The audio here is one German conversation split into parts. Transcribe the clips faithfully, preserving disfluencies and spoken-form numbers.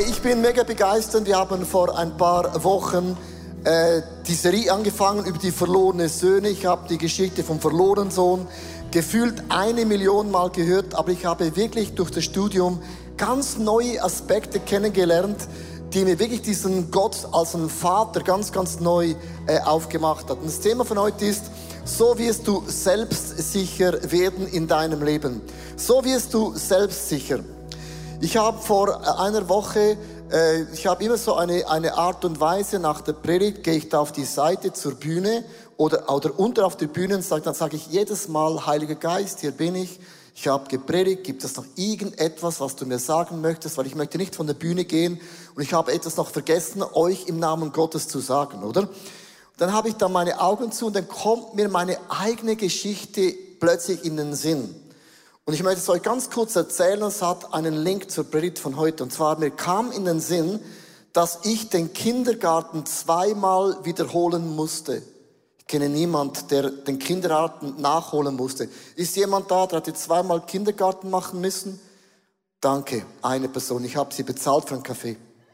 ich bin mega begeistert. Wir haben vor ein paar Wochen äh, die Serie angefangen über die verlorenen Söhne. Ich habe die Geschichte vom verlorenen Sohn gefühlt eine Million Mal gehört, aber ich habe wirklich durch das Studium ganz neue Aspekte kennengelernt, die mir wirklich diesen Gott als einen Vater ganz, ganz neu äh, aufgemacht hat. Und das Thema von heute ist: So wirst du selbstsicher werden in deinem Leben. So wirst du selbstsicher. Ich habe vor einer Woche, äh, ich habe immer so eine, eine Art und Weise, nach der Predigt gehe ich da auf die Seite zur Bühne oder, oder unter auf der Bühne und sage, dann sage ich jedes Mal: Heiliger Geist, hier bin ich. Ich habe gepredigt, gibt es noch irgendetwas, was du mir sagen möchtest? Weil ich möchte nicht von der Bühne gehen und ich habe etwas noch vergessen, euch im Namen Gottes zu sagen, oder? Dann habe ich da meine Augen zu und dann kommt mir meine eigene Geschichte plötzlich in den Sinn. Und ich möchte es euch ganz kurz erzählen, es hat einen Link zur Predigt von heute. Und zwar, mir kam in den Sinn, dass ich den Kindergarten zweimal wiederholen musste. Ich kenne niemanden, der den Kindergarten nachholen musste. Ist jemand da, der hat jetzt zweimal Kindergarten machen müssen? Danke, eine Person. Ich habe sie bezahlt für einen Kaffee.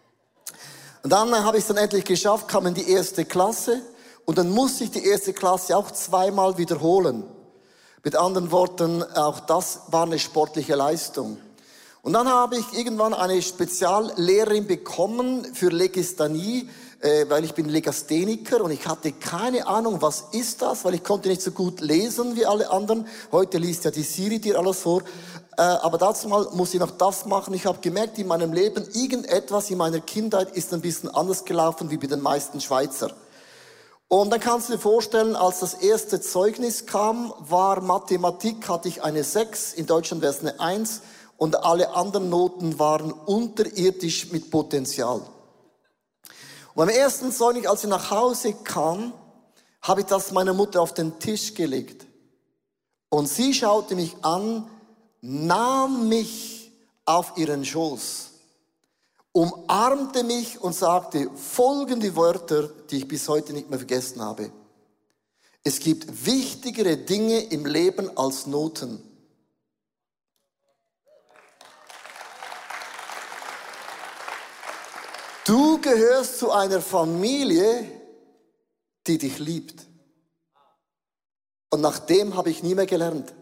Und dann habe ich es dann endlich geschafft, kam in die erste Klasse. Und dann musste ich die erste Klasse auch zweimal wiederholen. Mit anderen Worten, auch das war eine sportliche Leistung. Und dann habe ich irgendwann eine Speziallehrerin bekommen für Legasthenie, äh, weil ich bin Legastheniker und ich hatte keine Ahnung, was ist das, weil ich konnte nicht so gut lesen wie alle anderen. Heute liest ja die Siri dir alles vor. Äh, aber dazu mal muss ich noch das machen. Ich habe gemerkt, in meinem Leben, irgendetwas in meiner Kindheit ist ein bisschen anders gelaufen wie bei den meisten Schweizer. Und dann kannst du dir vorstellen, als das erste Zeugnis kam, war Mathematik, hatte ich eine sechs, in Deutschland wäre es eine eins und alle anderen Noten waren unterirdisch mit Potenzial. Und beim ersten Zeugnis, als ich nach Hause kam, habe ich das meiner Mutter auf den Tisch gelegt. Und sie schaute mich an, nahm mich auf ihren Schoß, umarmte mich und sagte folgende Wörter, die ich bis heute nicht mehr vergessen habe. Es gibt wichtigere Dinge im Leben als Noten. Du gehörst zu einer Familie, die dich liebt. Und nach dem habe ich nie mehr gelernt.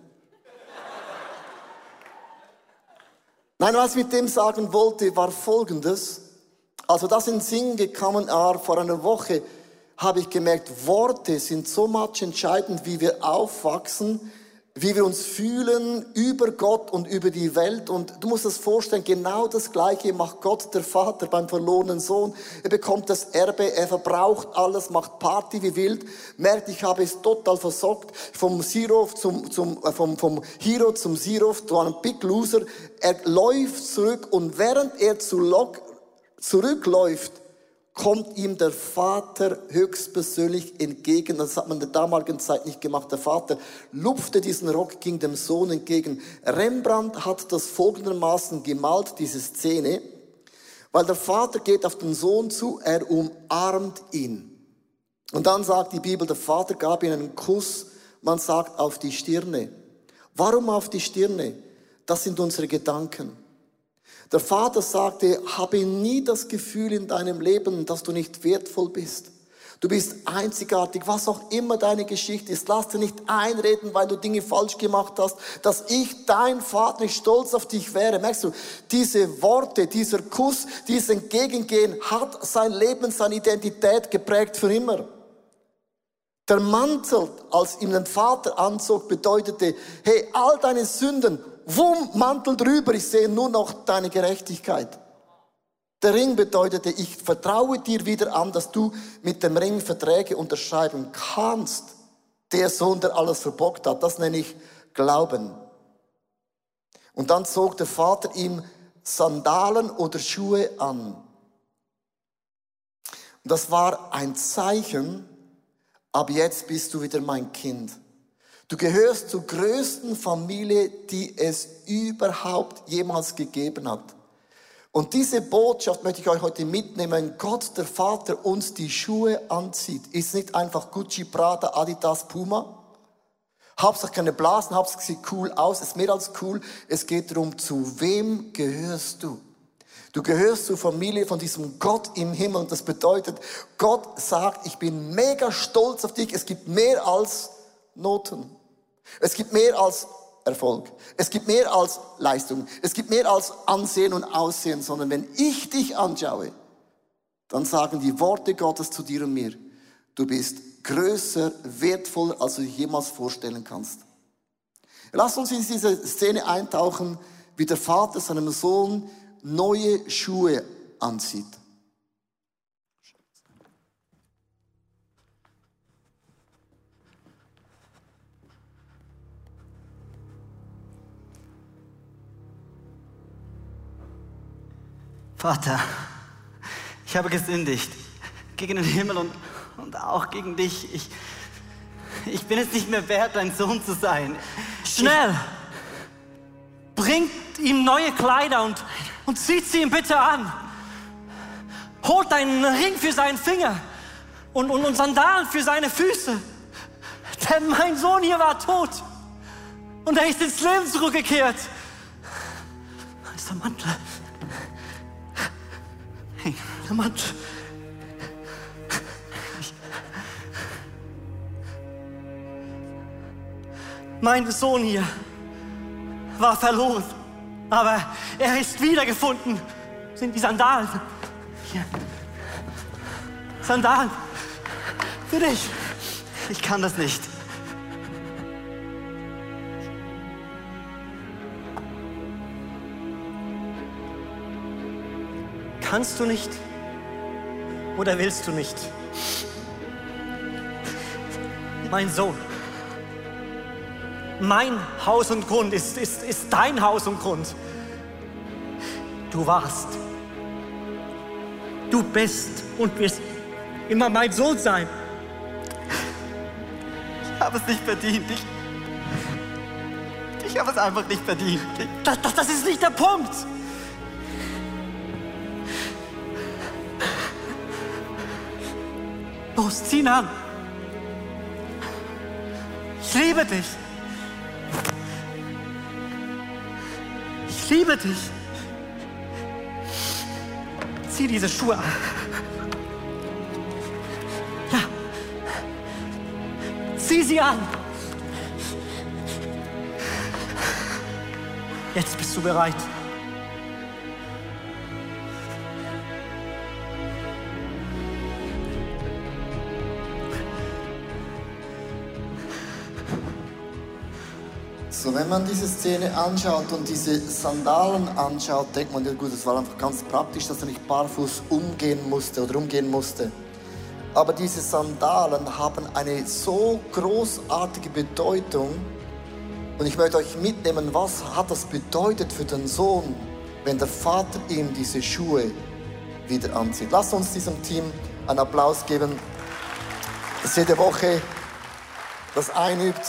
Nein, was ich mit dem sagen wollte, war Folgendes. Also das in den Sinn gekommen war vor einer Woche, habe ich gemerkt, Worte sind so much entscheidend, wie wir aufwachsen, wie wir uns fühlen über Gott und über die Welt. Und du musst das vorstellen, genau das Gleiche macht Gott, der Vater, beim verlorenen Sohn. Er bekommt das Erbe, er verbraucht alles, macht Party wie wild, merkt, ich habe es total versockt, vom Zero zum, zum, äh, vom, vom Hero zum Zero, du ein Big Loser. Er läuft zurück und während er zurückläuft, kommt ihm der Vater höchstpersönlich entgegen. Das hat man in der damaligen Zeit nicht gemacht. Der Vater lupfte diesen Rock, ging dem Sohn entgegen. Rembrandt hat das folgendermaßen gemalt, diese Szene, weil der Vater geht auf den Sohn zu, er umarmt ihn. Und dann sagt die Bibel, der Vater gab ihm einen Kuss, man sagt auf die Stirne. Warum auf die Stirne? Das sind unsere Gedanken. Der Vater sagte, habe nie das Gefühl in deinem Leben, dass du nicht wertvoll bist. Du bist einzigartig, was auch immer deine Geschichte ist. Lass dir nicht einreden, weil du Dinge falsch gemacht hast, dass ich, dein Vater, nicht stolz auf dich wäre. Merkst du, diese Worte, dieser Kuss, dieses Entgegengehen hat sein Leben, seine Identität geprägt für immer. Der Mantel, als ihm den Vater anzog, bedeutete, hey, all deine Sünden, wumm, Mantel drüber, ich sehe nur noch deine Gerechtigkeit. Der Ring bedeutete, ich vertraue dir wieder an, dass du mit dem Ring Verträge unterschreiben kannst. Der Sohn, der alles verbockt hat, das nenne ich Glauben. Und dann zog der Vater ihm Sandalen oder Schuhe an. Und das war ein Zeichen, ab jetzt bist du wieder mein Kind. Du gehörst zur größten Familie, die es überhaupt jemals gegeben hat. Und diese Botschaft möchte ich euch heute mitnehmen. Wenn Gott, der Vater, uns die Schuhe anzieht, ist nicht einfach Gucci, Prada, Adidas, Puma. Hauptsache keine Blasen, Hauptsache sieht cool aus, ist mehr als cool. Es geht darum, zu wem gehörst du? Du gehörst zur Familie von diesem Gott im Himmel. Und das bedeutet, Gott sagt, ich bin mega stolz auf dich. Es gibt mehr als Noten. Es gibt mehr als Erfolg. Es gibt mehr als Leistung. Es gibt mehr als Ansehen und Aussehen. Sondern wenn ich dich anschaue, dann sagen die Worte Gottes zu dir und mir, du bist größer, wertvoller, als du dich jemals vorstellen kannst. Lass uns in diese Szene eintauchen, wie der Vater seinem Sohn neue Schuhe anzieht. Vater, ich habe gesündigt gegen den Himmel und, und auch gegen dich. Ich, ich bin es nicht mehr wert, dein Sohn zu sein. Schnell! Bringt ihm neue Kleider und, und zieht sie ihm bitte an. Holt einen Ring für seinen Finger und, und, und Sandalen für seine Füße. Denn mein Sohn hier war tot und er ist ins Leben zurückgekehrt. Da ist der Mantel. Hey, der Mantel. Ich, mein Sohn hier war verloren, aber er ist wiedergefunden. Das sind die Sandalen. Hier. Sandalen. Für dich. Ich kann das nicht. Kannst du nicht oder willst du nicht? Mein Sohn, mein Haus und Grund ist, ist, ist dein Haus und Grund. Du warst, du bist und wirst immer mein Sohn sein. Ich habe es nicht verdient. Ich, ich habe es einfach nicht verdient. Ich, das, das, das ist nicht der Punkt. Los, zieh ihn an. Ich liebe dich. Ich liebe dich. Zieh diese Schuhe an. Ja. Zieh sie an. Jetzt bist du bereit. So, wenn man diese Szene anschaut und diese Sandalen anschaut, denkt man, ja gut, es war einfach ganz praktisch, dass er nicht barfuß umgehen musste oder umgehen musste. Aber diese Sandalen haben eine so großartige Bedeutung. Und ich möchte euch mitnehmen, was hat das bedeutet für den Sohn, wenn der Vater ihm diese Schuhe wieder anzieht. Lasst uns diesem Team einen Applaus geben, das jede Woche das einübt.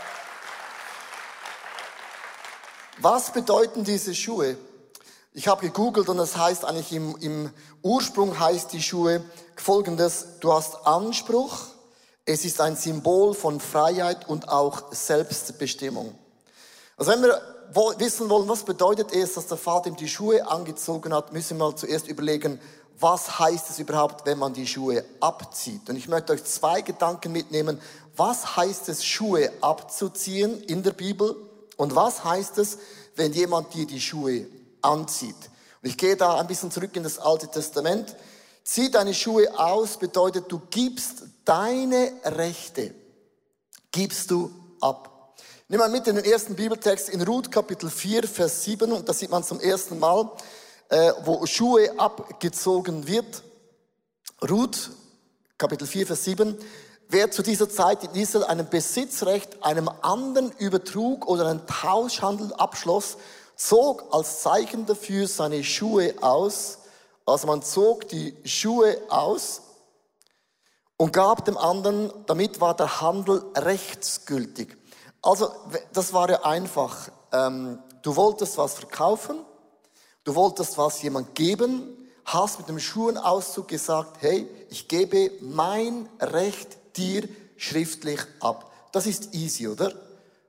Was bedeuten diese Schuhe? Ich habe gegoogelt und es heißt eigentlich im, im Ursprung heißt die Schuhe Folgendes: Du hast Anspruch, es ist ein Symbol von Freiheit und auch Selbstbestimmung. Also wenn wir wissen wollen, was bedeutet es, dass der Vater ihm die Schuhe angezogen hat, müssen wir mal zuerst überlegen, was heißt es überhaupt, wenn man die Schuhe abzieht. Und ich möchte euch zwei Gedanken mitnehmen. Was heißt es, Schuhe abzuziehen in der Bibel? Und was heißt es, wenn jemand dir die Schuhe anzieht? Und ich gehe da ein bisschen zurück in das Alte Testament. Zieh deine Schuhe aus bedeutet, du gibst deine Rechte, gibst du ab. Nimm mal mit in den ersten Bibeltext in Ruth Kapitel vier, Vers sieben. Und da sieht man zum ersten Mal, äh, wo Schuhe abgezogen wird. Ruth Kapitel vier, Vers sieben. Wer zu dieser Zeit in Israel ein Besitzrecht einem anderen übertrug oder einen Tauschhandel abschloss, zog als Zeichen dafür seine Schuhe aus. Also man zog die Schuhe aus und gab dem anderen, damit war der Handel rechtsgültig. Also das war ja einfach. Ähm, du wolltest was verkaufen, du wolltest was jemand geben, hast mit dem Schuhenauszug gesagt, hey, ich gebe mein Recht dir schriftlich ab. Das ist easy, oder?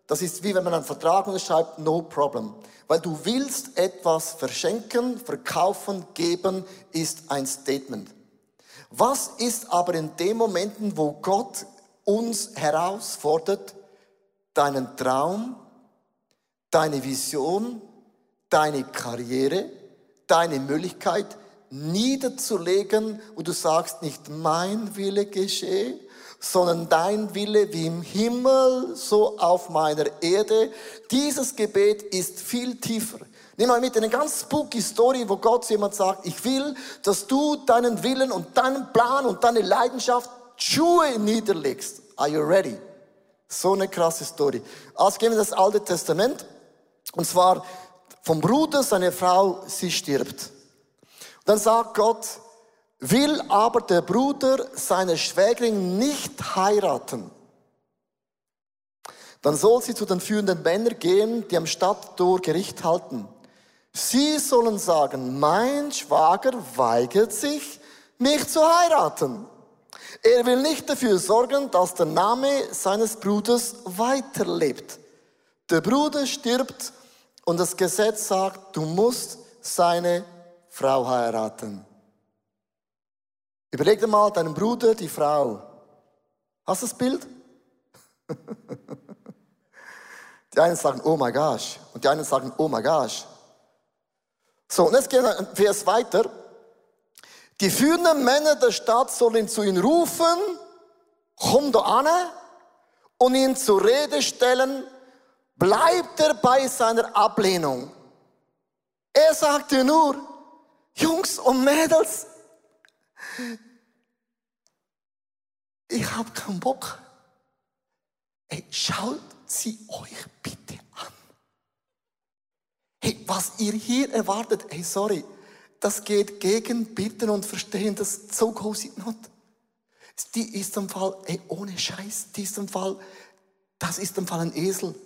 Das ist wie wenn man einen Vertrag unterschreibt, no problem. Weil du willst etwas verschenken, verkaufen, geben, ist ein Statement. Was ist aber in den Momenten, wo Gott uns herausfordert, deinen Traum, deine Vision, deine Karriere, deine Möglichkeit niederzulegen, wo du sagst, nicht mein Wille geschehe, sondern dein Wille wie im Himmel, so auf meiner Erde. Dieses Gebet ist viel tiefer. Nimm mal mit eine ganz spooky Story, wo Gott zu jemand sagt, ich will, dass du deinen Willen und deinen Plan und deine Leidenschaft Schuhe niederlegst. Are you ready? So eine krasse Story. Also gehen wir das Alte Testament. Und zwar vom Bruder, seine Frau, sie stirbt. Dann sagt Gott, will aber der Bruder seine Schwägerin nicht heiraten, dann soll sie zu den führenden Männern gehen, die am Stadttor Gericht halten. Sie sollen sagen, mein Schwager weigert sich, mich zu heiraten. Er will nicht dafür sorgen, dass der Name seines Bruders weiterlebt. Der Bruder stirbt und das Gesetz sagt, du musst seine Frau heiraten. Überleg dir mal, deinen Bruder, die Frau. Hast du das Bild? Die einen sagen, oh my gosh. Und die anderen sagen, oh my gosh. So, und jetzt gehen wir einen Vers weiter. Die führenden Männer der Stadt sollen zu ihm rufen, komm da an, und ihn zur Rede stellen, bleibt er bei seiner Ablehnung. Er sagte nur, Jungs und Mädels, ich habe keinen Bock. Hey, schaut sie euch bitte an. Hey, was ihr hier erwartet, hey, sorry, das geht gegen Bitten und Verstehen, das so goes it not. Die ist im Fall, ey, ohne Scheiß, die ist im Fall, das ist im Fall ein Esel.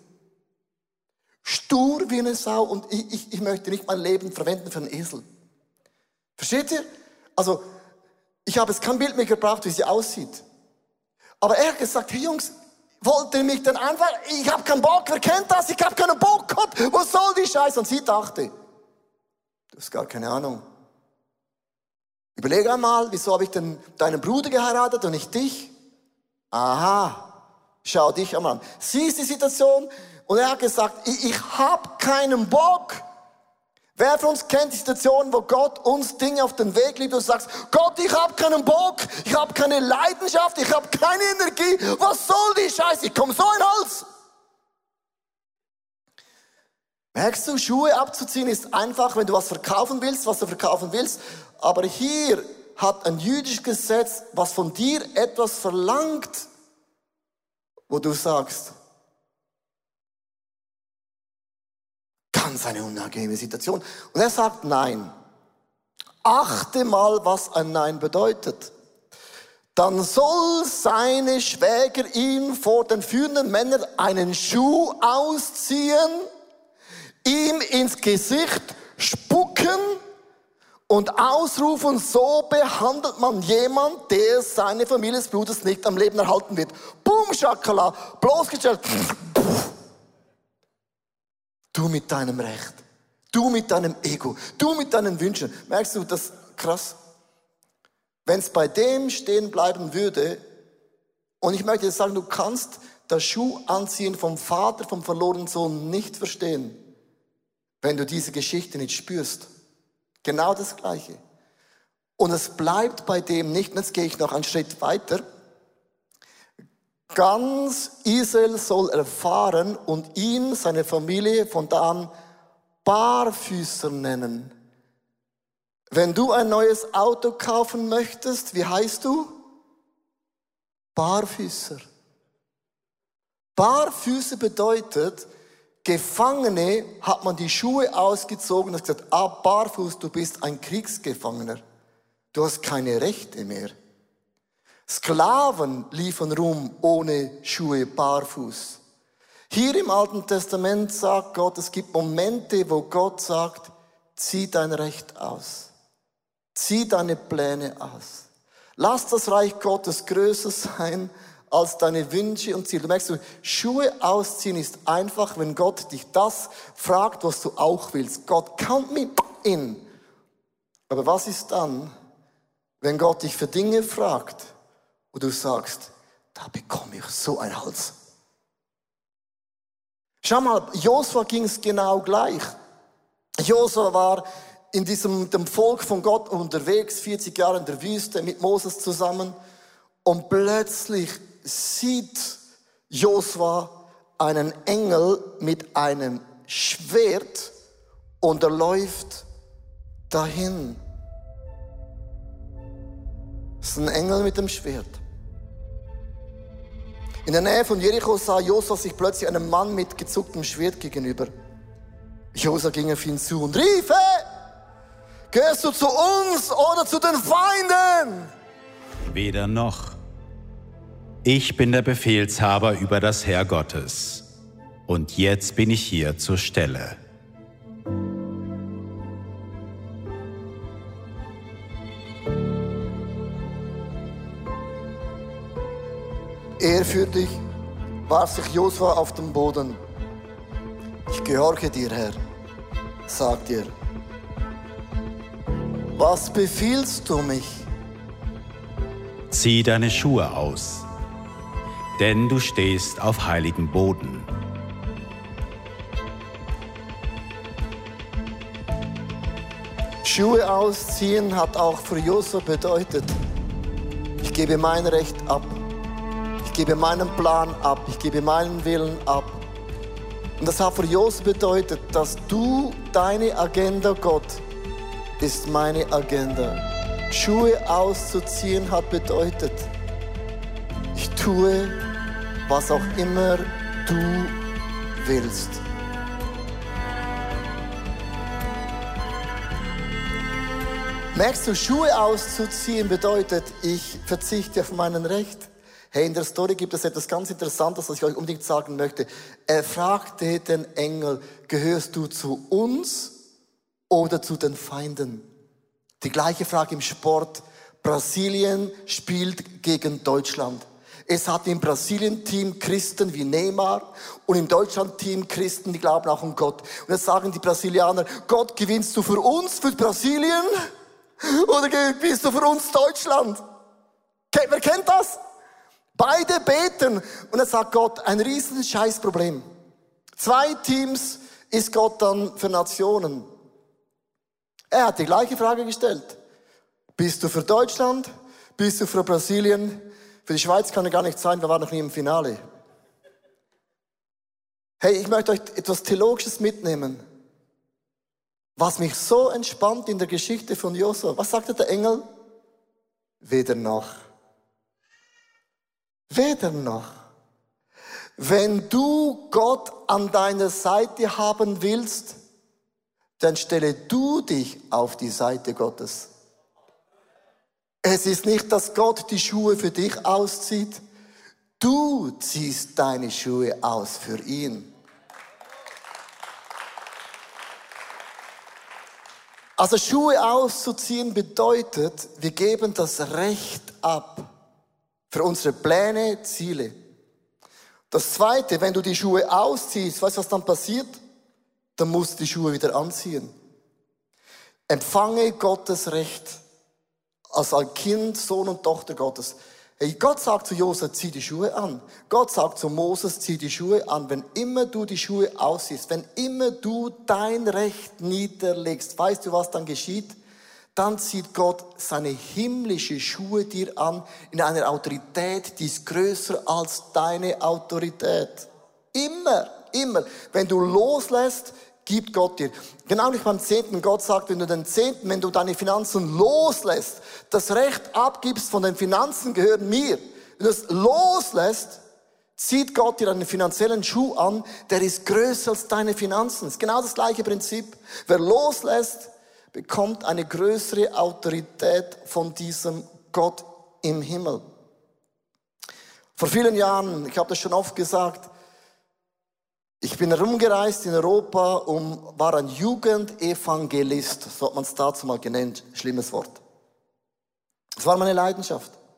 Stur wie eine Sau und ich, ich, ich möchte nicht mein Leben verwenden für einen Esel. Versteht ihr? Also, ich habe jetzt kein Bild mehr gebraucht, wie sie aussieht. Aber er hat gesagt, hey Jungs, wollt ihr mich denn einfach, ich habe keinen Bock, wer kennt das? Ich habe keinen Bock, Gott, was soll die Scheiße? Und sie dachte, du hast gar keine Ahnung. Überleg einmal, wieso habe ich denn deinen Bruder geheiratet und nicht dich? Aha, schau dich einmal an. Sie ist die Situation und er hat gesagt, ich, ich habe keinen Bock. Wer von uns kennt die Situation, wo Gott uns Dinge auf den Weg liebt und sagt, Gott, ich habe keinen Bock, ich habe keine Leidenschaft, ich habe keine Energie, was soll die Scheiße, ich komme so in den Hals. Merkst du, Schuhe abzuziehen ist einfach, wenn du was verkaufen willst, was du verkaufen willst, aber hier hat ein jüdisches Gesetz, was von dir etwas verlangt, wo du sagst, ganz eine unangenehme Situation. Und er sagt Nein. Achte mal, was ein Nein bedeutet. Dann soll seine Schwäger ihm vor den führenden Männern einen Schuh ausziehen, ihm ins Gesicht spucken und ausrufen, so behandelt man jemand, der seine Familie des Bruders nicht am Leben erhalten wird. Boom, Schakala, bloßgestellt. Du mit deinem Recht, du mit deinem Ego, du mit deinen Wünschen. Merkst du, das ist krass? Wenn es bei dem stehen bleiben würde, und ich möchte jetzt sagen, du kannst das Schuh anziehen vom Vater, vom verlorenen Sohn nicht verstehen, wenn du diese Geschichte nicht spürst. Genau das Gleiche. Und es bleibt bei dem nicht, und jetzt gehe ich noch einen Schritt weiter. Ganz Israel soll erfahren und ihn, seine Familie von da an Barfüßer nennen. Wenn du ein neues Auto kaufen möchtest, wie heißt du? Barfüßer. Barfüßer bedeutet, Gefangene hat man die Schuhe ausgezogen und hat gesagt, ah, barfuß, du bist ein Kriegsgefangener. Du hast keine Rechte mehr. Sklaven liefen rum ohne Schuhe, barfuß. Hier im Alten Testament sagt Gott, es gibt Momente, wo Gott sagt, zieh dein Recht aus. Zieh deine Pläne aus. Lass das Reich Gottes größer sein als deine Wünsche und Ziele. Du merkst, du, Schuhe ausziehen ist einfach, wenn Gott dich das fragt, was du auch willst. Gott, count me in. Aber was ist dann, wenn Gott dich für Dinge fragt, wo du sagst, da bekomme ich so einen Hals. Schau mal, Josua ging es genau gleich. Josua war in diesem dem Volk von Gott unterwegs, vierzig Jahre in der Wüste mit Moses zusammen. Und plötzlich sieht Josua einen Engel mit einem Schwert und er läuft dahin. Das ist ein Engel mit dem Schwert. In der Nähe von Jericho sah Josua sich plötzlich einem Mann mit gezucktem Schwert gegenüber. Josua ging auf ihn zu und rief, hey, gehörst du zu uns oder zu den Feinden? Weder noch. Ich bin der Befehlshaber über das Heer Gottes. Und jetzt bin ich hier zur Stelle. Ehrfürchtig warf sich Josua auf den Boden. Ich gehorche dir, Herr, sagt er. Was befiehlst du mich? Zieh deine Schuhe aus, denn du stehst auf heiligem Boden. Schuhe ausziehen hat auch für Josua bedeutet, ich gebe mein Recht ab. Ich gebe meinen Plan ab, ich gebe meinen Willen ab. Und das hat für Josua bedeutet, dass du, deine Agenda, Gott, ist meine Agenda. Schuhe auszuziehen hat bedeutet, ich tue, was auch immer du willst. Merkst du, Schuhe auszuziehen bedeutet, ich verzichte auf mein Recht. Hey, in der Story gibt es etwas ganz Interessantes, was ich euch unbedingt sagen möchte. Er fragte den Engel, gehörst du zu uns oder zu den Feinden? Die gleiche Frage im Sport. Brasilien spielt gegen Deutschland. Es hat im Brasilien-Team Christen wie Neymar und im Deutschland-Team Christen, die glauben auch an Gott. Und jetzt sagen die Brasilianer, Gott, gewinnst du für uns, für Brasilien? Oder bist du für uns Deutschland? Wer kennt das? Beide beten und dann sagt Gott, ein riesen Scheißproblem. Zwei Teams ist Gott dann für Nationen. Er hat die gleiche Frage gestellt. Bist du für Deutschland? Bist du für Brasilien? Für die Schweiz kann er gar nicht sein, wir waren noch nie im Finale. Hey, ich möchte euch etwas Theologisches mitnehmen. Was mich so entspannt in der Geschichte von Josua. Was sagte der Engel? Weder noch. Weder noch. Wenn du Gott an deiner Seite haben willst, dann stelle du dich auf die Seite Gottes. Es ist nicht, dass Gott die Schuhe für dich auszieht. Du ziehst deine Schuhe aus für ihn. Also Schuhe auszuziehen bedeutet, wir geben das Recht ab für unsere Pläne, Ziele. Das Zweite, wenn du die Schuhe ausziehst, weißt du, was dann passiert? Dann musst du die Schuhe wieder anziehen. Empfange Gottes Recht als ein Kind, Sohn und Tochter Gottes. Hey, Gott sagt zu Josua, zieh die Schuhe an. Gott sagt zu Moses, zieh die Schuhe an. Wenn immer du die Schuhe ausziehst, wenn immer du dein Recht niederlegst, weißt du, was dann geschieht? Dann zieht Gott seine himmlische Schuhe dir an in einer Autorität, die ist größer als deine Autorität. Immer, immer. Wenn du loslässt, gibt Gott dir. Genau nicht beim Zehnten. Gott sagt, wenn du den Zehnten, wenn du deine Finanzen loslässt, das Recht abgibst von den Finanzen gehören mir. Wenn du es loslässt, zieht Gott dir einen finanziellen Schuh an, der ist größer als deine Finanzen. Das ist genau das gleiche Prinzip. Wer loslässt, bekommt eine größere Autorität von diesem Gott im Himmel. Vor vielen Jahren, ich habe das schon oft gesagt, ich bin herumgereist in Europa und war ein Jugendevangelist, so hat man es dazu mal genannt, schlimmes Wort. Das war meine Leidenschaft.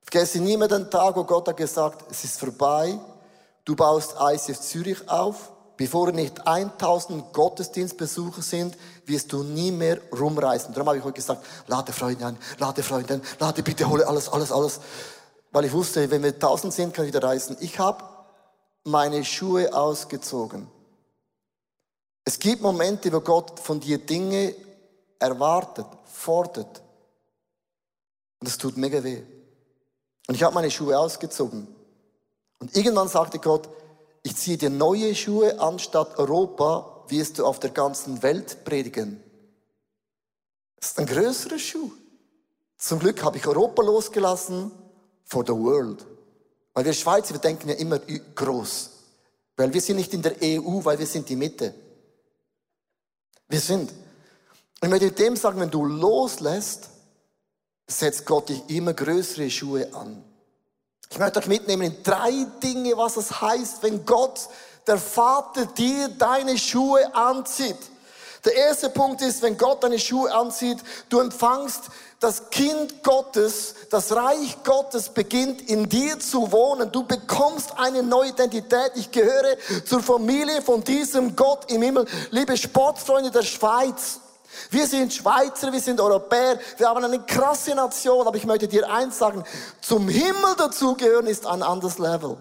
Ich vergesse nie mehr den Tag, wo Gott hat gesagt, es ist vorbei, du baust I C F Zürich auf, bevor nicht tausend Gottesdienstbesucher sind, wirst du nie mehr rumreisen. Darum habe ich heute gesagt, lade Freunde ein, lade Freunde ein, lade bitte, hole alles, alles, alles. Weil ich wusste, wenn wir tausend sind, kann ich wieder reisen. Ich habe meine Schuhe ausgezogen. Es gibt Momente, wo Gott von dir Dinge erwartet, fordert. Und es tut mega weh. Und ich habe meine Schuhe ausgezogen. Und irgendwann sagte Gott, ich ziehe dir neue Schuhe, anstatt Europa wirst du auf der ganzen Welt predigen. Das ist ein größerer Schuh. Zum Glück habe ich Europa losgelassen for the world. Weil wir Schweizer, wir denken ja immer groß. Weil wir sind nicht in der E U, weil wir sind die Mitte. Wir sind. Und ich möchte dem sagen, wenn du loslässt, setzt Gott dich immer größere Schuhe an. Ich möchte euch mitnehmen in drei Dinge, was es heißt, wenn Gott, der Vater, dir deine Schuhe anzieht. Der erste Punkt ist, wenn Gott deine Schuhe anzieht, du empfangst das Kind Gottes, das Reich Gottes beginnt in dir zu wohnen. Du bekommst eine neue Identität. Ich gehöre zur Familie von diesem Gott im Himmel. Liebe Sportfreunde der Schweiz, wir sind Schweizer, wir sind Europäer, wir haben eine krasse Nation, aber ich möchte dir eins sagen, zum Himmel dazugehören ist ein anderes Level.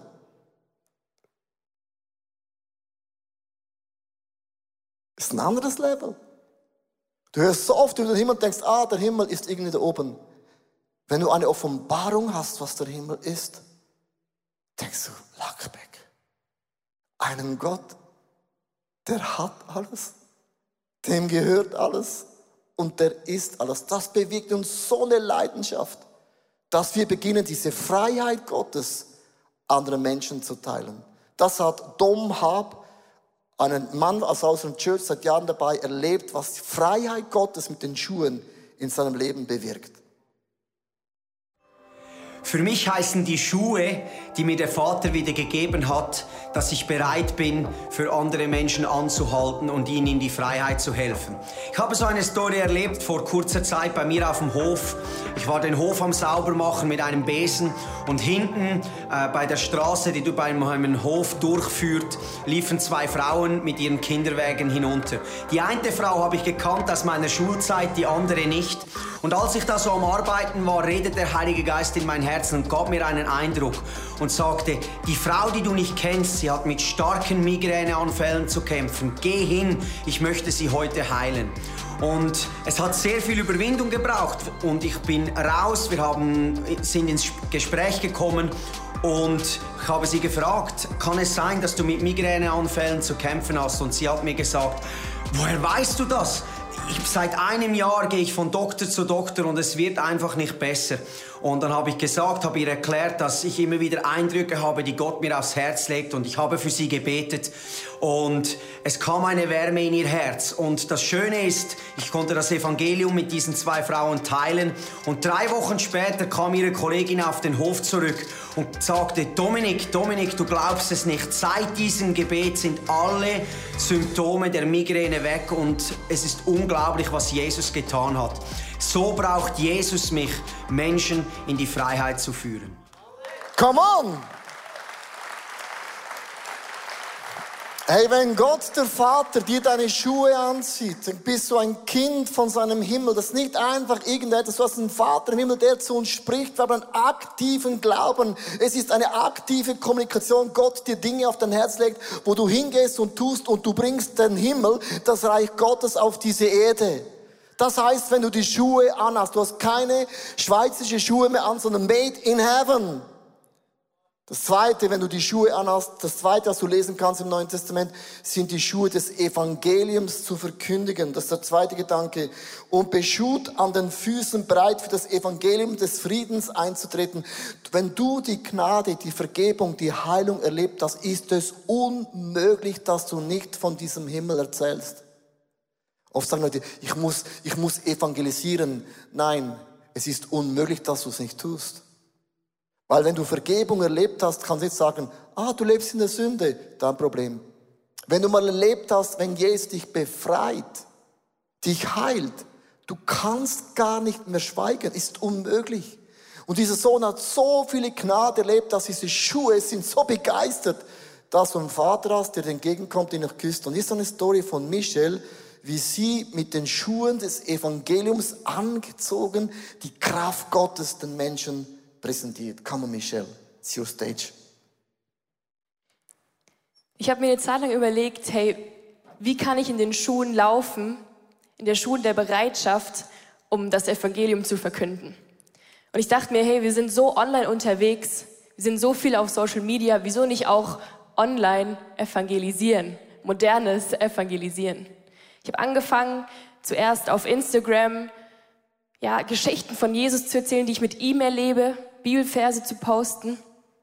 Ist ein anderes Level. Du hörst so oft über den Himmel und denkst, ah, der Himmel ist irgendwie da oben. Wenn du eine Offenbarung hast, was der Himmel ist, denkst du, Lackbeck, einen Gott, der hat alles. Dem gehört alles und der ist alles. Das bewegt uns so eine Leidenschaft, dass wir beginnen, diese Freiheit Gottes anderen Menschen zu teilen. Das hat Dom Hab, einen Mann aus unserer Church, seit Jahren dabei erlebt, was die Freiheit Gottes mit den Schuhen in seinem Leben bewirkt. Für mich heißen die Schuhe, die mir der Vater wieder gegeben hat, dass ich bereit bin, für andere Menschen anzuhalten und ihnen in die Freiheit zu helfen. Ich habe so eine Story erlebt vor kurzer Zeit bei mir auf dem Hof. Ich war den Hof am Saubermachen mit einem Besen und hinten äh, bei der Straße, die du bei meinem Hof durchführt, liefen zwei Frauen mit ihren Kinderwägen hinunter. Die eine Frau habe ich gekannt aus meiner Schulzeit, die andere nicht. Und als ich da so am Arbeiten war, redet der Heilige Geist in mein Herzen und gab mir einen Eindruck und sagte, die Frau, die du nicht kennst, sie hat mit starken Migräneanfällen zu kämpfen. Geh hin, ich möchte sie heute heilen. Und es hat sehr viel Überwindung gebraucht und ich bin raus, wir haben, sind ins Gespräch gekommen und ich habe sie gefragt, kann es sein, dass du mit Migräneanfällen zu kämpfen hast? Und sie hat mir gesagt, woher weißt du das? Ich, seit einem Jahr gehe ich von Doktor zu Doktor und es wird einfach nicht besser. Und dann habe ich gesagt, habe ihr erklärt, dass ich immer wieder Eindrücke habe, die Gott mir aufs Herz legt und ich habe für sie gebetet. Und es kam eine Wärme in ihr Herz. Und das Schöne ist, ich konnte das Evangelium mit diesen zwei Frauen teilen. Und drei Wochen später kam ihre Kollegin auf den Hof zurück und sagte, Dominik, Dominik, du glaubst es nicht. Seit diesem Gebet sind alle Symptome der Migräne weg und es ist unglaublich, was Jesus getan hat. So braucht Jesus mich, Menschen in die Freiheit zu führen. Come on! Hey, wenn Gott, der Vater, dir deine Schuhe anzieht, dann bist du ein Kind von seinem Himmel. Das ist nicht einfach irgendetwas, du hast einen Vater im Himmel, der zu uns spricht. Wir haben einen aktiven Glauben. Es ist eine aktive Kommunikation. Gott dir Dinge auf dein Herz legt, wo du hingehst und tust und du bringst den Himmel, das Reich Gottes auf diese Erde. Das heißt, wenn du die Schuhe anhast, du hast keine schweizerische Schuhe mehr an, sondern made in heaven. Das Zweite, wenn du die Schuhe anhast, das Zweite, was du lesen kannst im Neuen Testament, sind die Schuhe des Evangeliums zu verkündigen. Das ist der zweite Gedanke. Und beschut an den Füßen bereit für das Evangelium des Friedens einzutreten. Wenn du die Gnade, die Vergebung, die Heilung erlebt hast, ist es unmöglich, dass du nicht von diesem Himmel erzählst. Oft sagen Leute, ich muss, ich muss evangelisieren. Nein, es ist unmöglich, dass du es nicht tust. Weil wenn du Vergebung erlebt hast, kannst du nicht sagen, ah, du lebst in der Sünde, dein Problem. Wenn du mal erlebt hast, wenn Jesus dich befreit, dich heilt, du kannst gar nicht mehr schweigen, ist unmöglich. Und dieser Sohn hat so viele Gnade erlebt, dass diese Schuhe sind so begeistert, dass du einen Vater hast, der entgegenkommt, den noch küsst. Und hier ist eine Story von Michelle, wie sie mit den Schuhen des Evangeliums angezogen die Kraft Gottes den Menschen präsentiert. Come on, Michelle, it's your stage. Ich habe mir eine Zeit lang überlegt, hey, wie kann ich in den Schuhen laufen, in der Schuhen der Bereitschaft, um das Evangelium zu verkünden. Und ich dachte mir, hey, wir sind so online unterwegs, wir sind so viel auf Social Media, wieso nicht auch online evangelisieren, modernes Evangelisieren. Ich habe angefangen, zuerst auf Instagram ja, Geschichten von Jesus zu erzählen, die ich mit ihm erlebe, Bibelverse zu posten.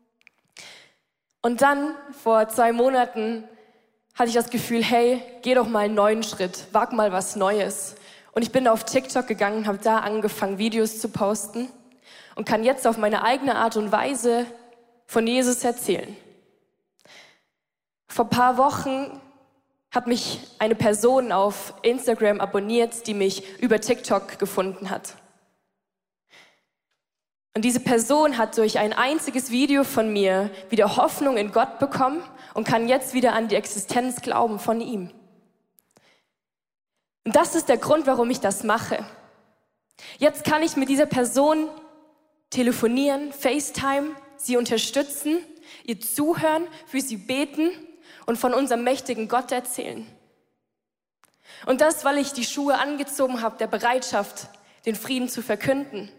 Und dann, vor zwei Monaten, hatte ich das Gefühl, hey, geh doch mal einen neuen Schritt, wag mal was Neues. Und ich bin auf TikTok gegangen und habe da angefangen, Videos zu posten und kann jetzt auf meine eigene Art und Weise von Jesus erzählen. Vor ein paar Wochen hat mich eine Person auf Instagram abonniert, die mich über TikTok gefunden hat. Und diese Person hat durch ein einziges Video von mir wieder Hoffnung in Gott bekommen und kann jetzt wieder an die Existenz glauben von ihm. Und das ist der Grund, warum ich das mache. Jetzt kann ich mit dieser Person telefonieren, FaceTime, sie unterstützen, ihr zuhören, für sie beten und von unserem mächtigen Gott erzählen. Und das, weil ich die Schuhe angezogen habe, der Bereitschaft, den Frieden zu verkünden.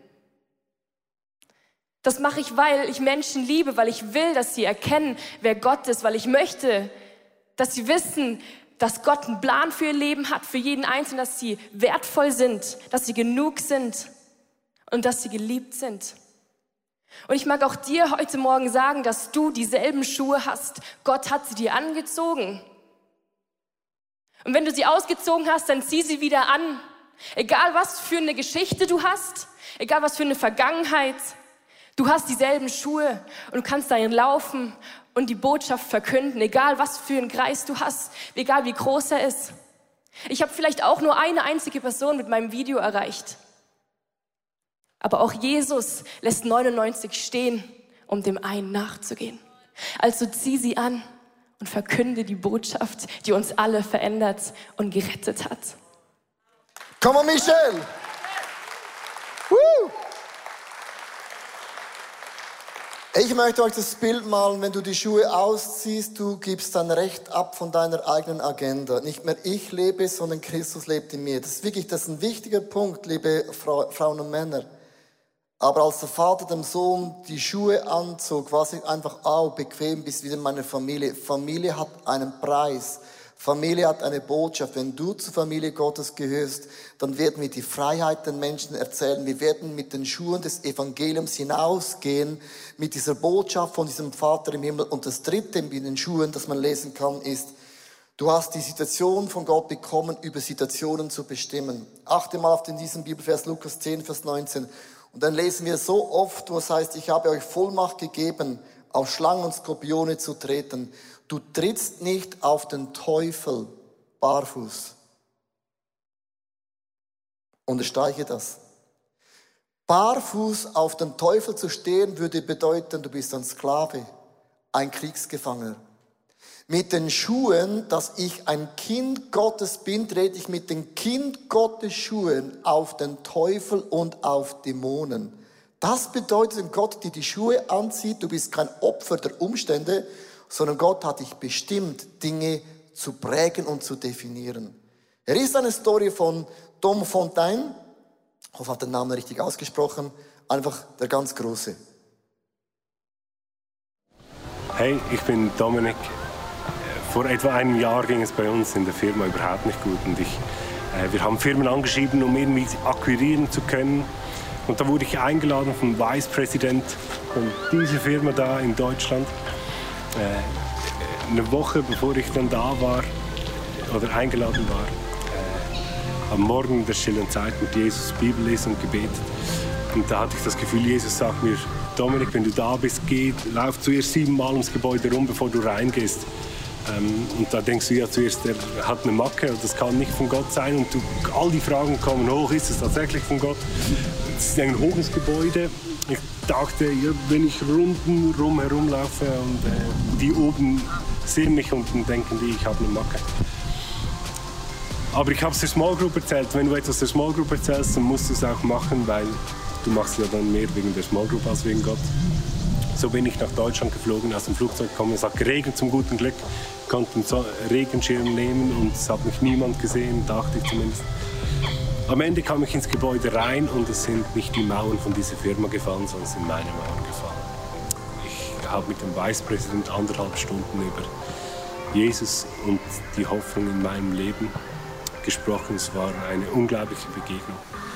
Das mache ich, weil ich Menschen liebe, weil ich will, dass sie erkennen, wer Gott ist, weil ich möchte, dass sie wissen, dass Gott einen Plan für ihr Leben hat, für jeden Einzelnen, dass sie wertvoll sind, dass sie genug sind und dass sie geliebt sind. Und ich mag auch dir heute Morgen sagen, dass du dieselben Schuhe hast. Gott hat sie dir angezogen. Und wenn du sie ausgezogen hast, dann zieh sie wieder an. Egal was für eine Geschichte du hast, egal was für eine Vergangenheit, du hast dieselben Schuhe und du kannst darin laufen und die Botschaft verkünden, egal was für einen Kreis du hast, egal wie groß er ist. Ich habe vielleicht auch nur eine einzige Person mit meinem Video erreicht. Aber auch Jesus lässt neunundneunzig stehen, um dem einen nachzugehen. Also zieh sie an und verkünde die Botschaft, die uns alle verändert und gerettet hat. Komm on, Michelle! Woo! Ich möchte euch das Bild malen, wenn du die Schuhe ausziehst, du gibst dein Recht ab von deiner eigenen Agenda. Nicht mehr ich lebe, sondern Christus lebt in mir. Das ist wirklich, das ist ein wichtiger Punkt, liebe Frauen und Männer. Aber als der Vater dem Sohn die Schuhe anzog, war es einfach auch bequem, bis wieder in meiner Familie. Familie hat einen Preis. Familie hat eine Botschaft. Wenn du zur Familie Gottes gehörst, dann werden wir die Freiheit den Menschen erzählen. Wir werden mit den Schuhen des Evangeliums hinausgehen, mit dieser Botschaft von diesem Vater im Himmel. Und das Dritte mit den Schuhen, das man lesen kann, ist, du hast die Situation von Gott bekommen, über Situationen zu bestimmen. Achte mal auf diesen Bibelvers, Lukas zehn, Vers neunzehn. Und dann lesen wir so oft, wo es heißt, ich habe euch Vollmacht gegeben, auf Schlangen und Skorpione zu treten. Du trittst nicht auf den Teufel barfuß. Unterstreiche das. Barfuß auf den Teufel zu stehen, würde bedeuten, du bist ein Sklave, ein Kriegsgefangener. Mit den Schuhen, dass ich ein Kind Gottes bin, trete ich mit den Kind Gottes Schuhen auf den Teufel und auf Dämonen. Das bedeutet, wenn Gott dir die Schuhe anzieht, du bist kein Opfer der Umstände, sondern Gott hat dich bestimmt, Dinge zu prägen und zu definieren. Er ist eine Story von Dom Fontaine, ich hoffe, ich habe den Namen richtig ausgesprochen, einfach der ganz Große. Hey, ich bin Dominik. Vor etwa einem Jahr ging es bei uns in der Firma überhaupt nicht gut. Und ich, äh, wir haben Firmen angeschrieben, um irgendwie akquirieren zu können. Und da wurde ich eingeladen vom Vice President von dieser Firma da in Deutschland. Äh, eine Woche bevor ich dann da war oder eingeladen war, äh, am Morgen der stillen Zeit mit Jesus Bibel lesen und gebetet. Und da hatte ich das Gefühl, Jesus sagt mir, Dominik, wenn du da bist, geh, lauf zuerst siebenmal ums Gebäude rum, bevor du reingehst. Ähm, und da denkst du ja zuerst, er hat eine Macke, das kann nicht von Gott sein. Und du, all die Fragen kommen hoch, ist es tatsächlich von Gott? Es ist ein hohes Gebäude. Ich dachte, ja, wenn ich runden rum herumlaufe und äh, die oben sehen mich unten, denken die, ich habe eine Macke. Aber ich habe es der Small Group erzählt. Wenn du etwas der Small Group erzählst, dann musst du es auch machen, weil du machst ja dann mehr wegen der Small Group als wegen Gott. So bin ich nach Deutschland geflogen, aus dem Flugzeug gekommen. Es hat geregnet, zum guten Glück. Ich konnte einen Regenschirm nehmen und es hat mich niemand gesehen, dachte ich zumindest. Am Ende kam ich ins Gebäude rein und es sind nicht die Mauern von dieser Firma gefallen, sondern es sind meine Mauern gefallen. Ich habe mit dem Vicepräsident anderthalb Stunden über Jesus und die Hoffnung in meinem Leben gesprochen. Es war eine unglaubliche Begegnung.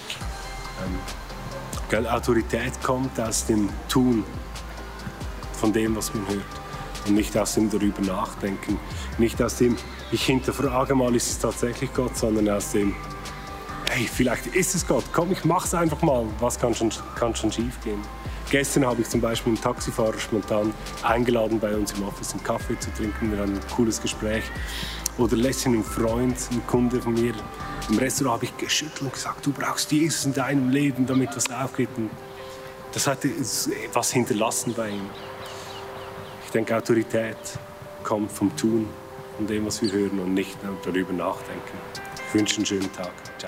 Ähm, Autorität kommt aus dem Tun von dem, was man hört. Und nicht aus dem darüber nachdenken. Nicht aus dem, ich hinterfrage mal, ist es tatsächlich Gott, sondern aus dem, hey, vielleicht ist es Gott, komm, ich mach's einfach mal, was kann schon, kann schon schief gehen. Gestern habe ich zum Beispiel einen Taxifahrer spontan eingeladen, bei uns im Office einen Kaffee zu trinken, wir hatten ein cooles Gespräch. Oder letztens ein Freund, ein Kunde von mir, im Restaurant habe ich geschüttelt und gesagt, du brauchst Jesus in deinem Leben, damit was aufgeht. Und das hat was hinterlassen bei ihm. Ich denke, Autorität kommt vom Tun, von dem, was wir hören und nicht darüber nachdenken. Ich wünsche einen schönen Tag. Ciao.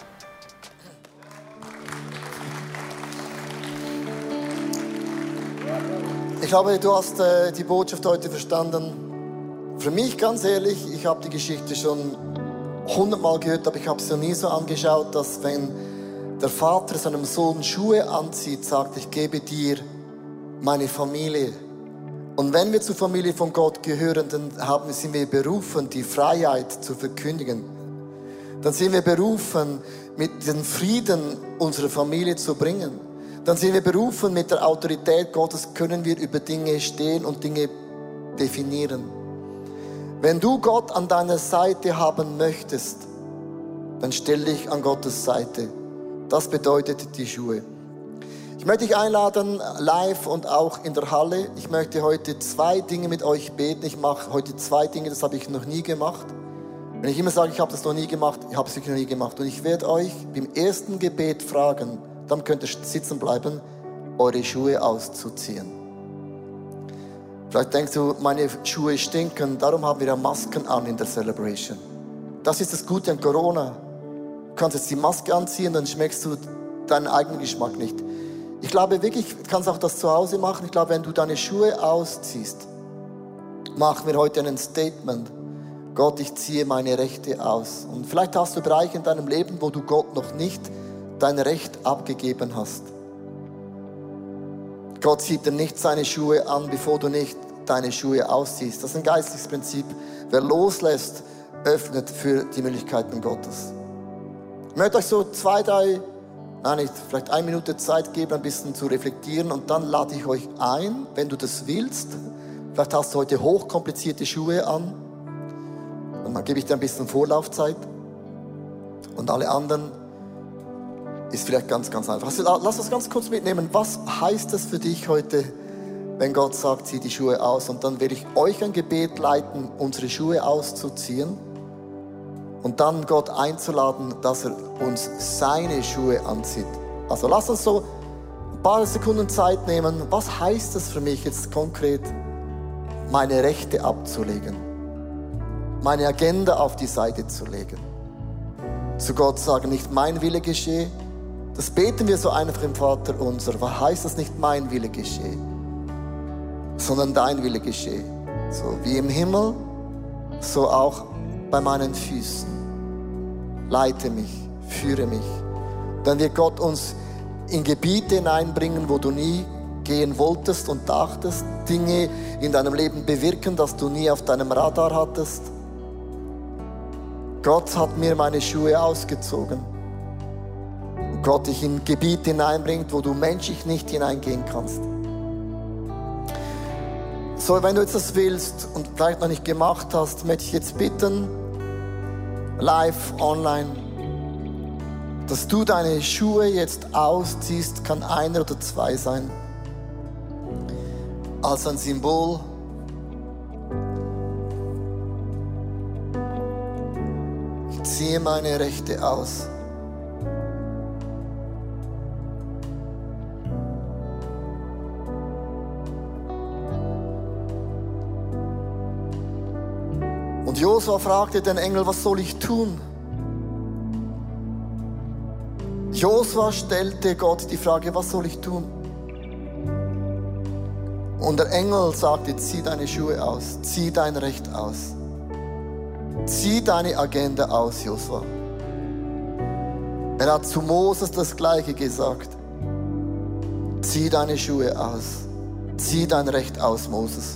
Ich glaube, du hast äh, die Botschaft heute verstanden. Für mich, ganz ehrlich, ich habe die Geschichte schon hundertmal gehört, aber ich habe sie noch nie so angeschaut, dass wenn der Vater seinem Sohn Schuhe anzieht, sagt, ich gebe dir meine Familie. Und wenn wir zur Familie von Gott gehören, dann haben, sind wir berufen, die Freiheit zu verkündigen. Dann sind wir berufen, mit dem Frieden unsere Familie zu bringen. Dann sind wir berufen, mit der Autorität Gottes können wir über Dinge stehen und Dinge definieren. Wenn du Gott an deiner Seite haben möchtest, dann stell dich an Gottes Seite. Das bedeutet die Schuhe. Ich möchte dich einladen, live und auch in der Halle. Ich möchte heute zwei Dinge mit euch beten. Ich mache heute zwei Dinge, das habe ich noch nie gemacht. Wenn ich immer sage, ich habe das noch nie gemacht, ich habe es wirklich noch nie gemacht. Und ich werde euch beim ersten Gebet fragen, dann könnt ihr sitzen bleiben, eure Schuhe auszuziehen. Vielleicht denkst du, meine Schuhe stinken, darum haben wir ja Masken an in der Celebration. Das ist das Gute an Corona. Du kannst jetzt die Maske anziehen, dann schmeckst du deinen eigenen Geschmack nicht. Ich glaube wirklich, du kannst auch das zu Hause machen. Ich glaube, wenn du deine Schuhe ausziehst, machen wir heute ein Statement. Gott, ich ziehe meine Rechte aus. Und vielleicht hast du Bereiche in deinem Leben, wo du Gott noch nicht dein Recht abgegeben hast. Gott zieht dir nicht seine Schuhe an, bevor du nicht deine Schuhe ausziehst. Das ist ein geistliches Prinzip. Wer loslässt, öffnet für die Möglichkeiten Gottes. Ich möchte euch so zwei, drei, nein nicht, vielleicht eine Minute Zeit geben, ein bisschen zu reflektieren und dann lade ich euch ein, wenn du das willst. Vielleicht hast du heute hochkomplizierte Schuhe an und dann gebe ich dir ein bisschen Vorlaufzeit und alle anderen ist vielleicht ganz, ganz einfach. Lass uns ganz kurz mitnehmen. Was heißt das für dich heute, wenn Gott sagt, zieh die Schuhe aus? Und dann werde ich euch ein Gebet leiten, unsere Schuhe auszuziehen und dann Gott einzuladen, dass er uns seine Schuhe anzieht. Also lass uns so ein paar Sekunden Zeit nehmen. Was heißt das für mich jetzt konkret, meine Rechte abzulegen? Meine Agenda auf die Seite zu legen? Zu Gott sagen, nicht mein Wille geschehe. Das beten wir so einfach im Vater unser. Was heißt das, nicht mein Wille geschehe, sondern dein Wille geschehe? So wie im Himmel, so auch bei meinen Füßen. Leite mich, führe mich. Dann wird Gott uns in Gebiete hineinbringen, wo du nie gehen wolltest und dachtest. Dinge in deinem Leben bewirken, dass du nie auf deinem Radar hattest. Gott hat mir meine Schuhe ausgezogen. Gott dich in Gebiete hineinbringt, wo du menschlich nicht hineingehen kannst. So, wenn du jetzt das willst und vielleicht noch nicht gemacht hast, möchte ich jetzt bitten, live, online, dass du deine Schuhe jetzt ausziehst, kann einer oder zwei sein, als ein Symbol ziehe meine Rechte aus. Und Josua fragte den Engel, was soll ich tun? Josua stellte Gott die Frage, was soll ich tun? Und der Engel sagte, zieh deine Schuhe aus, zieh dein Recht aus. Zieh deine Agenda aus, Josua. Er hat zu Moses das Gleiche gesagt. Zieh deine Schuhe aus. Zieh dein Recht aus, Moses.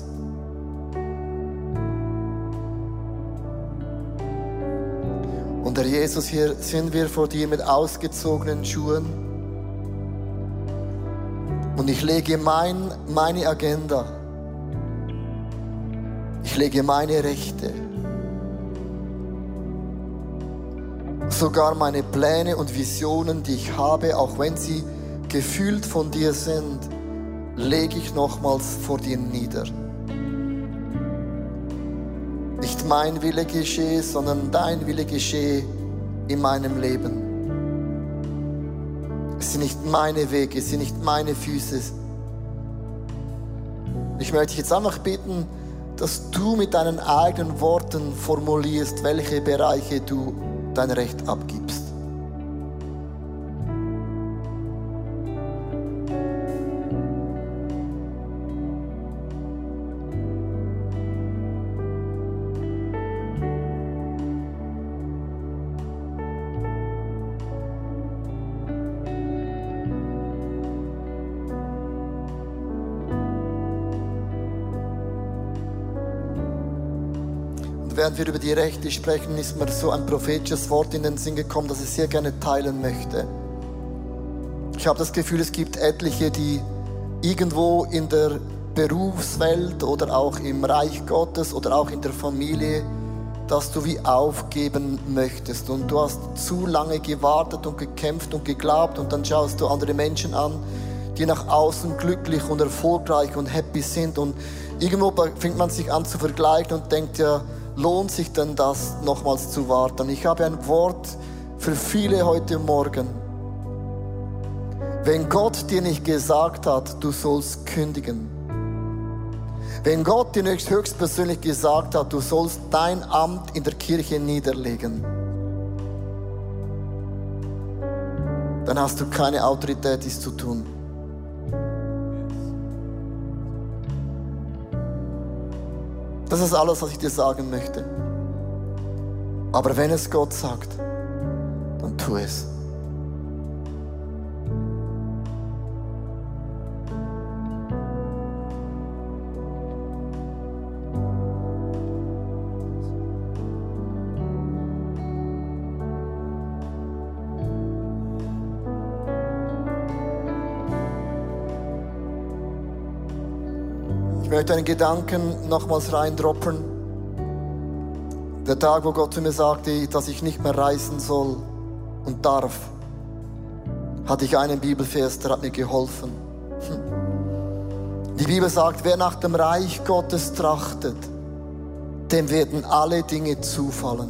Und Herr Jesus, hier sind wir vor dir mit ausgezogenen Schuhen. Und ich lege mein, meine Agenda. Ich lege meine Rechte. Sogar meine Pläne und Visionen, die ich habe, auch wenn sie gefühlt von dir sind, lege ich nochmals vor dir nieder. Nicht mein Wille geschehe, sondern dein Wille geschehe in meinem Leben. Es sind nicht meine Wege, es sind nicht meine Füße. Ich möchte dich jetzt einfach bitten, dass du mit deinen eigenen Worten formulierst, welche Bereiche du dein Recht abgibst. Während wir über die Rechte sprechen, ist mir so ein prophetisches Wort in den Sinn gekommen, das ich sehr gerne teilen möchte. Ich habe das Gefühl, es gibt etliche, die irgendwo in der Berufswelt oder auch im Reich Gottes oder auch in der Familie, dass du wie aufgeben möchtest. Und du hast zu lange gewartet und gekämpft und geglaubt und dann schaust du andere Menschen an, die nach außen glücklich und erfolgreich und happy sind. Und irgendwo fängt man sich an zu vergleichen und denkt ja, lohnt sich denn das, nochmals zu warten? Ich habe ein Wort für viele heute Morgen. Wenn Gott dir nicht gesagt hat, du sollst kündigen, wenn Gott dir nicht höchstpersönlich gesagt hat, du sollst dein Amt in der Kirche niederlegen, dann hast du keine Autorität, dies zu tun. Das ist alles, was ich dir sagen möchte. Aber wenn es Gott sagt, dann tu es. Ich möchte einen Gedanken nochmals reindroppen. Der Tag, wo Gott zu mir sagte, dass ich nicht mehr reisen soll und darf, hatte ich einen Bibelvers, der hat mir geholfen. Die Bibel sagt, wer nach dem Reich Gottes trachtet, dem werden alle Dinge zufallen.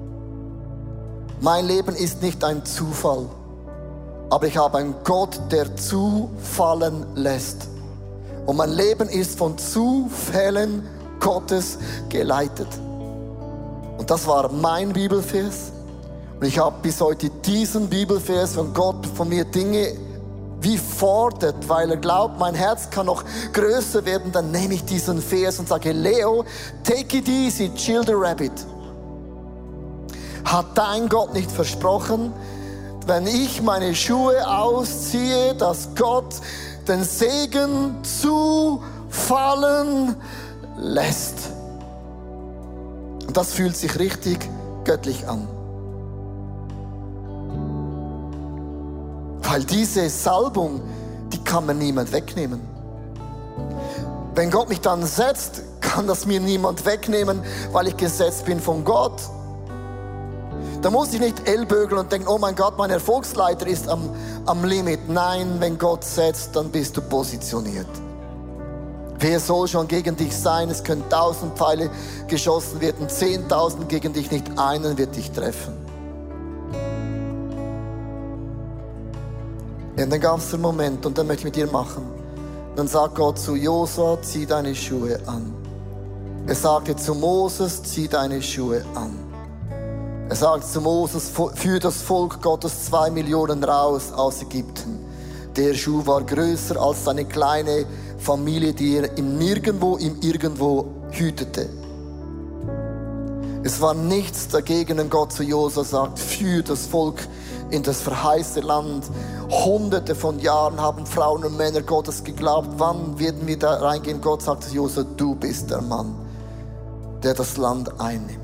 Mein Leben ist nicht ein Zufall, aber ich habe einen Gott, der zufallen lässt. Und mein Leben ist von Zufällen Gottes geleitet. Und das war mein Bibelvers. Und ich habe bis heute diesen Bibelvers von Gott von mir Dinge wie fordert, weil er glaubt, mein Herz kann noch größer werden. Dann nehme ich diesen Vers und sage, Leo, take it easy, chill the rabbit. Hat dein Gott nicht versprochen, wenn ich meine Schuhe ausziehe, dass Gott den Segen zufallen lässt. Und das fühlt sich richtig göttlich an. Weil diese Salbung, die kann mir niemand wegnehmen. Wenn Gott mich dann setzt, kann das mir niemand wegnehmen, weil ich gesetzt bin von Gott. Da muss ich nicht ellbögeln und denken, oh mein Gott, mein Erfolgsleiter ist am, am Limit. Nein, wenn Gott setzt, dann bist du positioniert. Wer soll schon gegen dich sein? Es können tausend Pfeile geschossen werden, zehntausend gegen dich, nicht einen wird dich treffen. Und dann gab es einen Moment, und dann möchte ich mit dir machen. Dann sagt Gott zu Josua, zieh deine Schuhe an. Er sagte zu Moses, zieh deine Schuhe an. Er sagte zu Moses, führ das Volk Gottes zwei Millionen raus aus Ägypten. Der Schuh war größer als seine kleine Familie, die er im Nirgendwo, im Irgendwo hütete. Es war nichts dagegen, wenn Gott zu Josua sagt, führ das Volk in das verheißene Land. Hunderte von Jahren haben Frauen und Männer Gottes geglaubt. Wann werden wir da reingehen? Gott sagt zu Josua, du bist der Mann, der das Land einnimmt.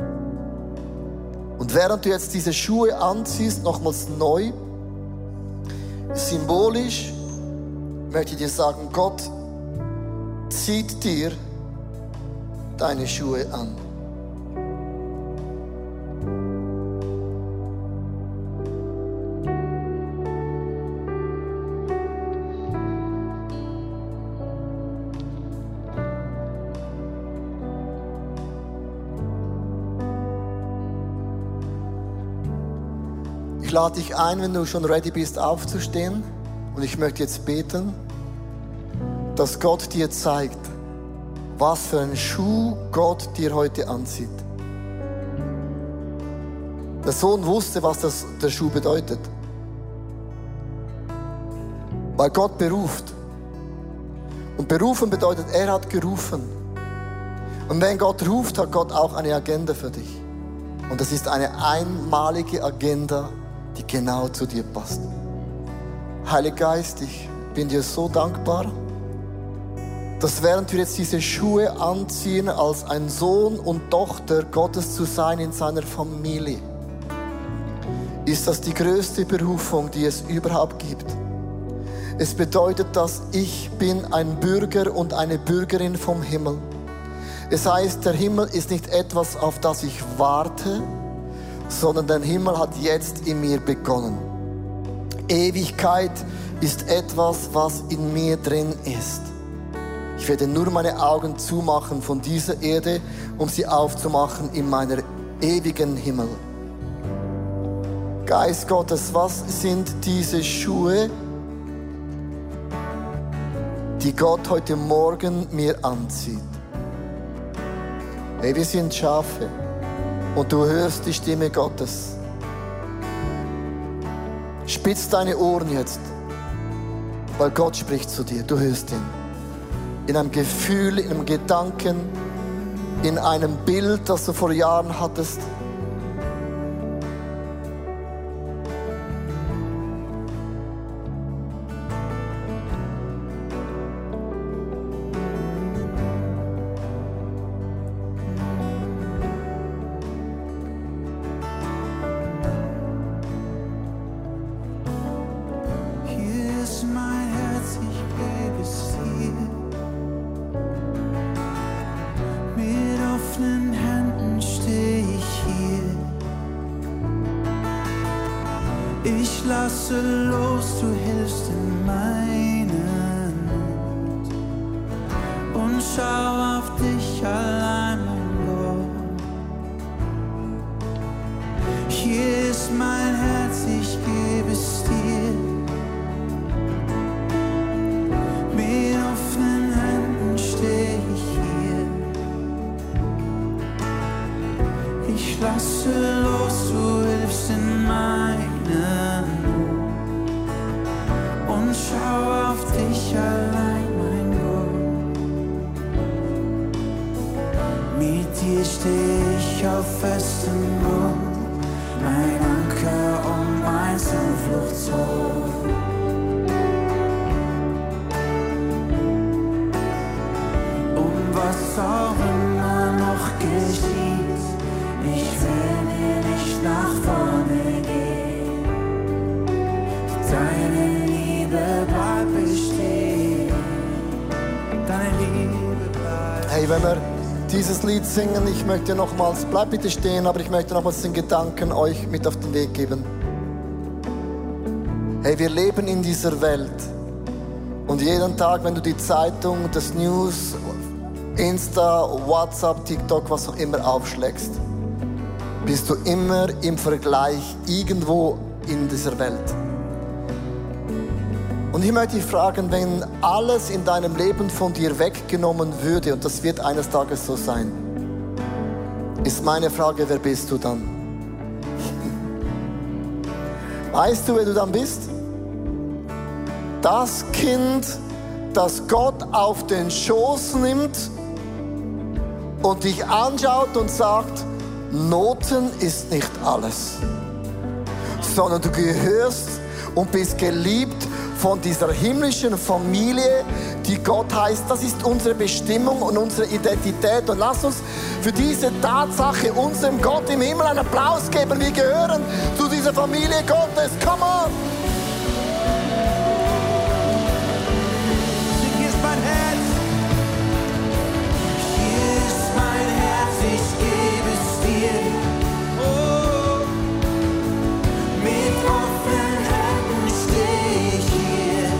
Und während du jetzt diese Schuhe anziehst, nochmals neu, symbolisch, möchte ich dir sagen, Gott zieht dir deine Schuhe an. Ich lade dich ein, wenn du schon ready bist, aufzustehen. Und ich möchte jetzt beten, dass Gott dir zeigt, was für einen Schuh Gott dir heute anzieht. Der Sohn wusste, was das, der Schuh bedeutet. Weil Gott beruft. Und berufen bedeutet, er hat gerufen. Und wenn Gott ruft, hat Gott auch eine Agenda für dich. Und das ist eine einmalige Agenda, die genau zu dir passt. Heiliger Geist, ich bin dir so dankbar, dass während wir jetzt diese Schuhe anziehen, als ein Sohn und Tochter Gottes zu sein in seiner Familie, ist das die größte Berufung, die es überhaupt gibt. Es bedeutet, dass ich bin ein Bürger und eine Bürgerin vom Himmel. Es heißt, der Himmel ist nicht etwas, auf das ich warte, sondern der Himmel hat jetzt in mir begonnen. Ewigkeit ist etwas, was in mir drin ist. Ich werde nur meine Augen zumachen von dieser Erde, um sie aufzumachen in meiner ewigen Himmel. Geist Gottes, was sind diese Schuhe, die Gott heute Morgen mir anzieht? Hey, wir sind Schafe. Und du hörst die Stimme Gottes. Spitz deine Ohren jetzt, weil Gott spricht zu dir. Du hörst ihn. In einem Gefühl, in einem Gedanken, in einem Bild, das du vor Jahren hattest. Ich lasse los, du hilfst in meiner Not und schau auf dich allein, mein Gott. Hier ist mein Herz, ich gebe es dir. Mit offenen Händen steh ich hier. Ich lasse los, du hilfst in meiner und schau auf dich allein, mein Gott. Mit dir steh ich auf festem Grund, mein Anker und mein Zufluchtsort. Und was auch immer noch geschieht, ich will dir nicht nach vorne gehen. Deine Liebe bleibt bestehen. Deine Liebe bleibt. Hey, wenn wir dieses Lied singen, ich möchte nochmals, bleib bitte stehen, aber ich möchte nochmals den Gedanken euch mit auf den Weg geben. Hey, wir leben in dieser Welt. Und jeden Tag, wenn du die Zeitung, das News, Insta, WhatsApp, TikTok, was auch immer aufschlägst, bist du immer im Vergleich irgendwo in dieser Welt. Und ich möchte dich fragen, wenn alles in deinem Leben von dir weggenommen würde, und das wird eines Tages so sein, ist meine Frage, wer bist du dann? Weißt du, wer du dann bist? Das Kind, das Gott auf den Schoß nimmt und dich anschaut und sagt, Noten ist nicht alles, sondern du gehörst und bist geliebt von dieser himmlischen Familie, die Gott heißt. Das ist unsere Bestimmung und unsere Identität. Und lass uns für diese Tatsache unserem Gott im Himmel einen Applaus geben. Wir gehören zu dieser Familie Gottes. Come on! Hier ist mein Herz. Hier ist mein Herz, ich gebe es dir. Oh, mit offenen Händen stehe ich hier.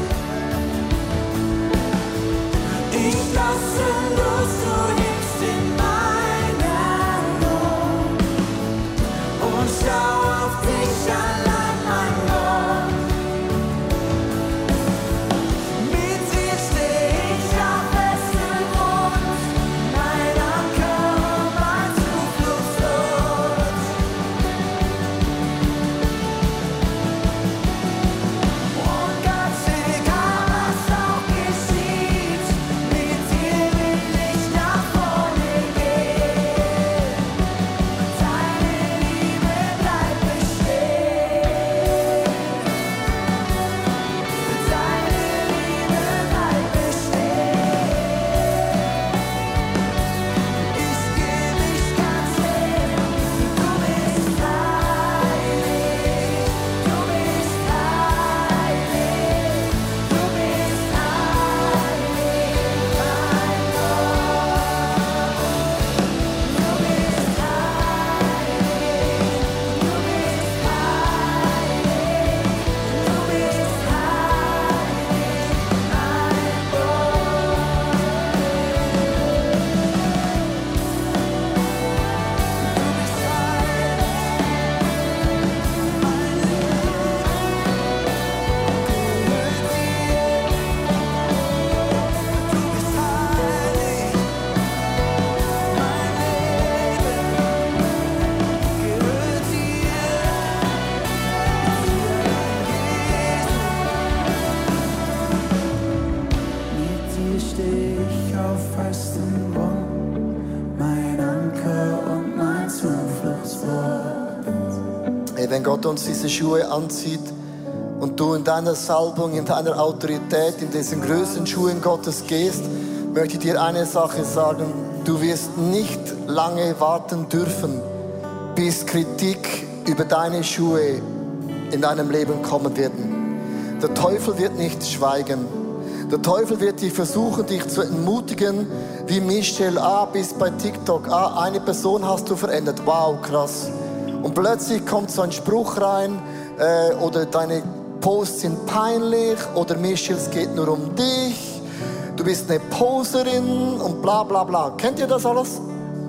Ich lasse los, du hilfst in meiner Not und schau auf dich allein, mein Gott. Mit dir stehe ich auf festem Grund, mein Anker und mein Zufluchtsort. Und ganz egal, was auch geschieht, mit dir will ich nach vorne gehen. Deine Liebe bleibt bestehen. Deine Liebe bleibt bestehen. Ich geh mich ganz hin. Du bist heilig. Du bist heilig. Du bist heilig, mein Gott. Du bist heilig. Du bist heilig. Du bist heilig, mein Mit dir steh ich auf festem Grund, mein Anker und mein Zufluchtswort. Hey, wenn Gott uns diese Schuhe anzieht und du in deiner Salbung, in deiner Autorität, in diesen größten Schuhen Gottes gehst, möchte ich dir eine Sache sagen. Du wirst nicht lange warten dürfen, bis Kritik über deine Schuhe in deinem Leben kommen wird. Der Teufel wird nicht schweigen. Der Teufel wird dich versuchen, dich zu entmutigen, wie Michelle, ah, bis bei TikTok, ah, eine Person hast du verändert, wow, krass. Und plötzlich kommt so ein Spruch rein, äh, oder deine Posts sind peinlich, oder Michelle, es geht nur um dich, du bist eine Poserin und bla bla bla. Kennt ihr das alles?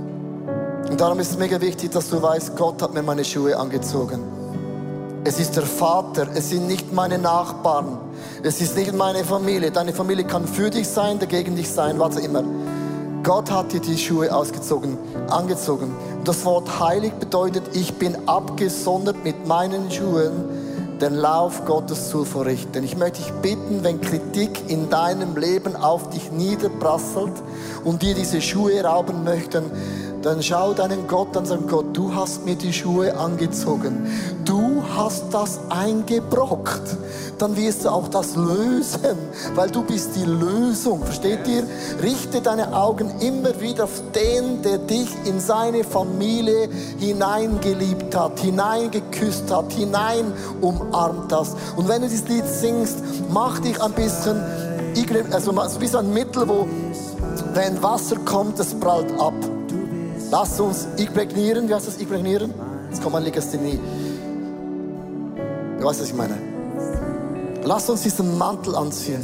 Und darum ist es mega wichtig, dass du weißt, Gott hat mir meine Schuhe angezogen. Es ist der Vater, es sind nicht meine Nachbarn, es ist nicht meine Familie. Deine Familie kann für dich sein, dagegen dich sein, was auch immer. Gott hat dir die Schuhe ausgezogen, angezogen. Das Wort heilig bedeutet, ich bin abgesondert mit meinen Schuhen, den Lauf Gottes zu verrichten. Ich möchte dich bitten, wenn Kritik in deinem Leben auf dich niederprasselt und dir diese Schuhe rauben möchten, dann schau deinen Gott an und sag, Gott, du hast mir die Schuhe angezogen. Du hast das eingebrockt. Dann wirst du auch das lösen, weil du bist die Lösung. Versteht ihr? Richte deine Augen immer wieder auf den, der dich in seine Familie hineingeliebt hat, hineingeküsst hat, hinein umarmt hast. Und wenn du dieses Lied singst, mach dich ein bisschen, also ein bisschen ein Mittel, wo, wenn Wasser kommt, es prallt ab. Lass uns imprägnieren. Wie heißt das, imprägnieren? Jetzt kommt mein Legasthenie. Du weißt, was ich meine. Lass uns diesen Mantel anziehen.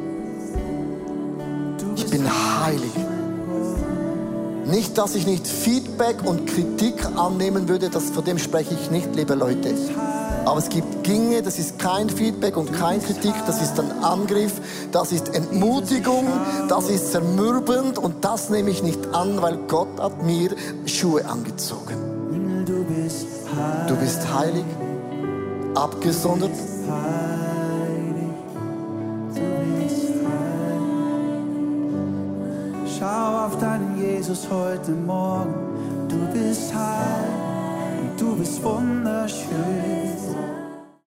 Ich bin heilig. Nicht, dass ich nicht Feedback und Kritik annehmen würde, das, von dem spreche ich nicht, liebe Leute. Aber es gibt Dinge, das ist kein Feedback und kein Kritik, das ist ein Angriff, das ist Entmutigung, das ist zermürbend und das nehme ich nicht an, weil Gott hat mir Schuhe angezogen. Du bist heilig, abgesondert. Schau auf deinen Jesus heute Morgen. Du bist heilig, du bist wunderschön.